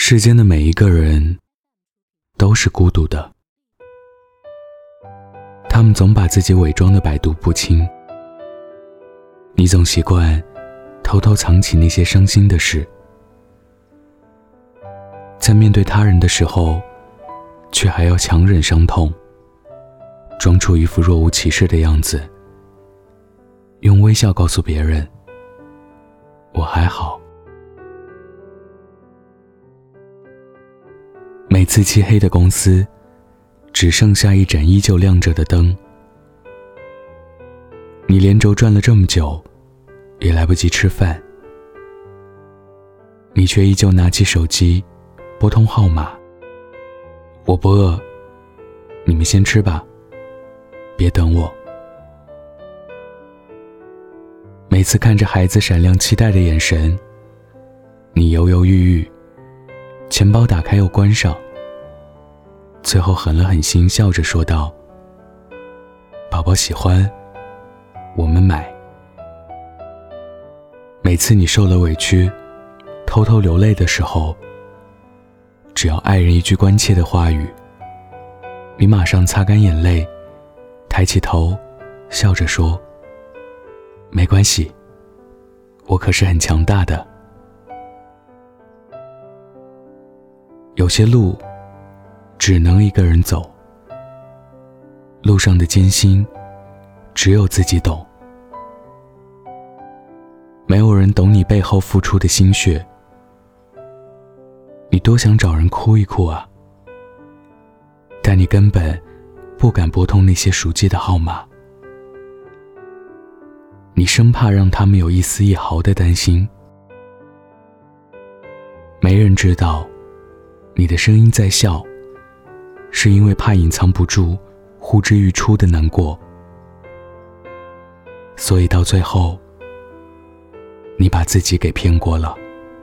世间的每一个人都是孤独的，他们总把自己伪装得百毒不侵。你总习惯偷偷藏起那些伤心的事，在面对他人的时候，却还要强忍伤痛，装出一副若无其事的样子，用微笑告诉别人我还好。每次漆黑的公司，只剩下一盏依旧亮着的灯，你连轴转了这么久，也来不及吃饭，你却依旧拿起手机拨通号码。我不饿，你们先吃吧，别等我。每次看着孩子闪亮期待的眼神，你犹犹豫豫，钱包打开又关上，最后狠了狠心，笑着说道：宝宝喜欢，我们买。每次你受了委屈，偷偷流泪的时候，只要爱人一句关切的话语，你马上擦干眼泪，抬起头，笑着说：没关系，我可是很强大的。有些路只能一个人走，路上的艰辛只有自己懂。没有人懂你背后付出的心血，你多想找人哭一哭啊，但你根本不敢拨通那些熟记的号码，你生怕让他们有一丝一毫的担心。没人知道你的声音在笑，是因为怕隐藏不住呼之欲出的难过，所以到最后你把自己给骗过了。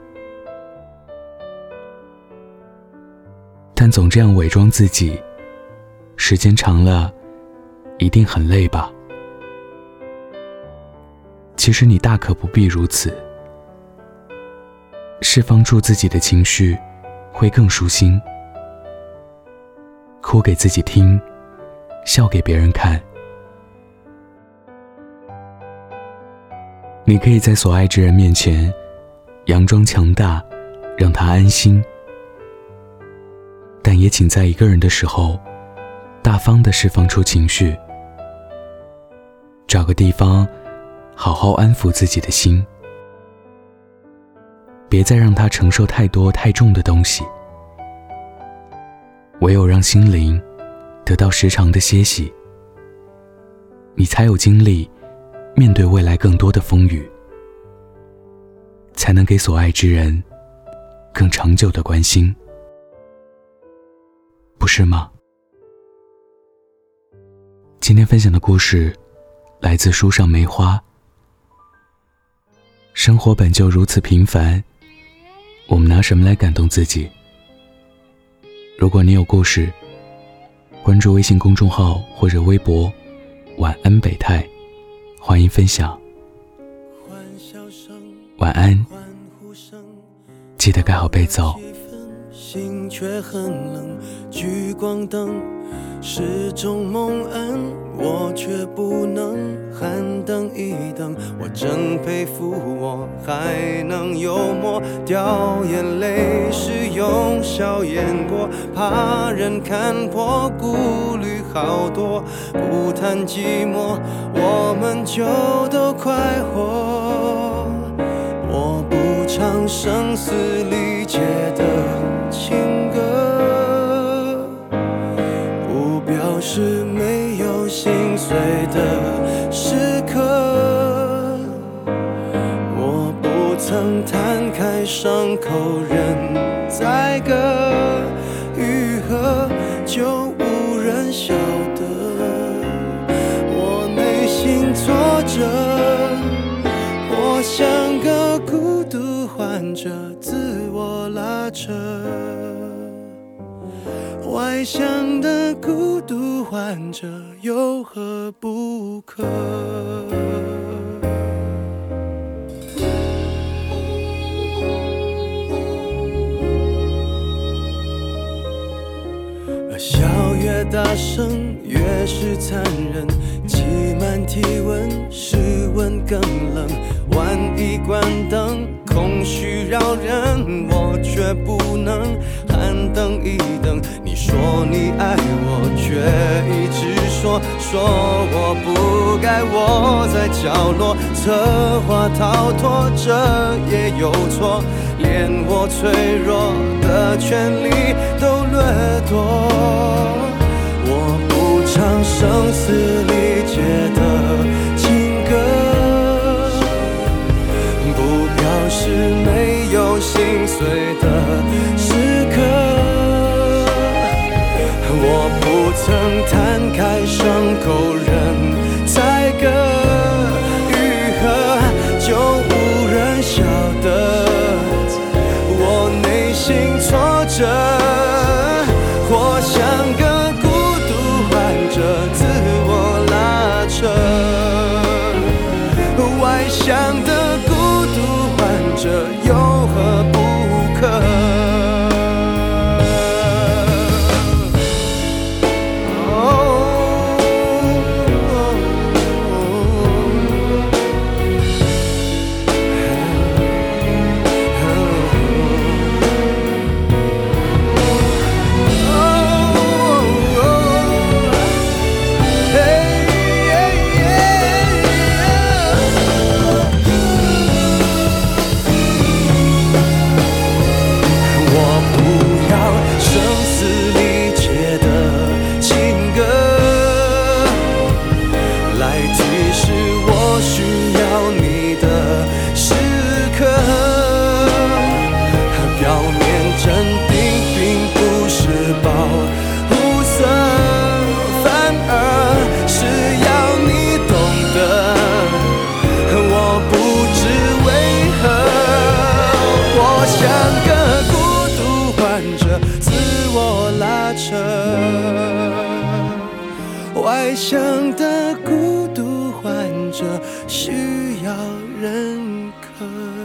但总这样伪装自己，时间长了一定很累吧？其实你大可不必如此，释放住自己的情绪会更舒心。哭给自己听，笑给别人看。你可以在所爱之人面前佯装强大，让他安心，但也请在一个人的时候大方地释放出情绪，找个地方好好安抚自己的心，别再让他承受太多太重的东西。唯有让心灵得到时常的歇息，你才有精力面对未来更多的风雨，才能给所爱之人更长久的关心，不是吗？今天分享的故事来自书上梅花。生活本就如此平凡，我们拿什么来感动自己？如果你有故事，关注微信公众号或者微博晚安北泰，欢迎分享。晚安，记得盖好被子。 心却很冷，聚光灯是种蒙恩，我却不能喊等一等。我真佩服我还能幽默，掉眼泪是用笑掩过，怕人看破，顾虑好多，不谈寂寞，我们就都快活。我不唱声嘶力竭的情歌，不表示没有心碎的时刻，我不曾摊开伤口任宰割，愈合就无人晓得，我内心挫折，我像个孤独患者，自我拉扯，外向的孤独患者有何不可？ 越大声越是残忍，挤满体温，室温更冷。万一关灯，空虚扰人，我却不能喊等一等。你说你爱我，却一直说我不该窝在角落，策划逃脱，这也有错，连我脆弱的权利都掠夺。我不唱声嘶力竭的情歌，不表示没有心碎的时刻。我不曾摊开伤口任宰割愈合，就无人晓得我内心挫折，或像个孤独患者自我拉扯，外向的孤独患者有何不可？外向的孤独患者需要认可。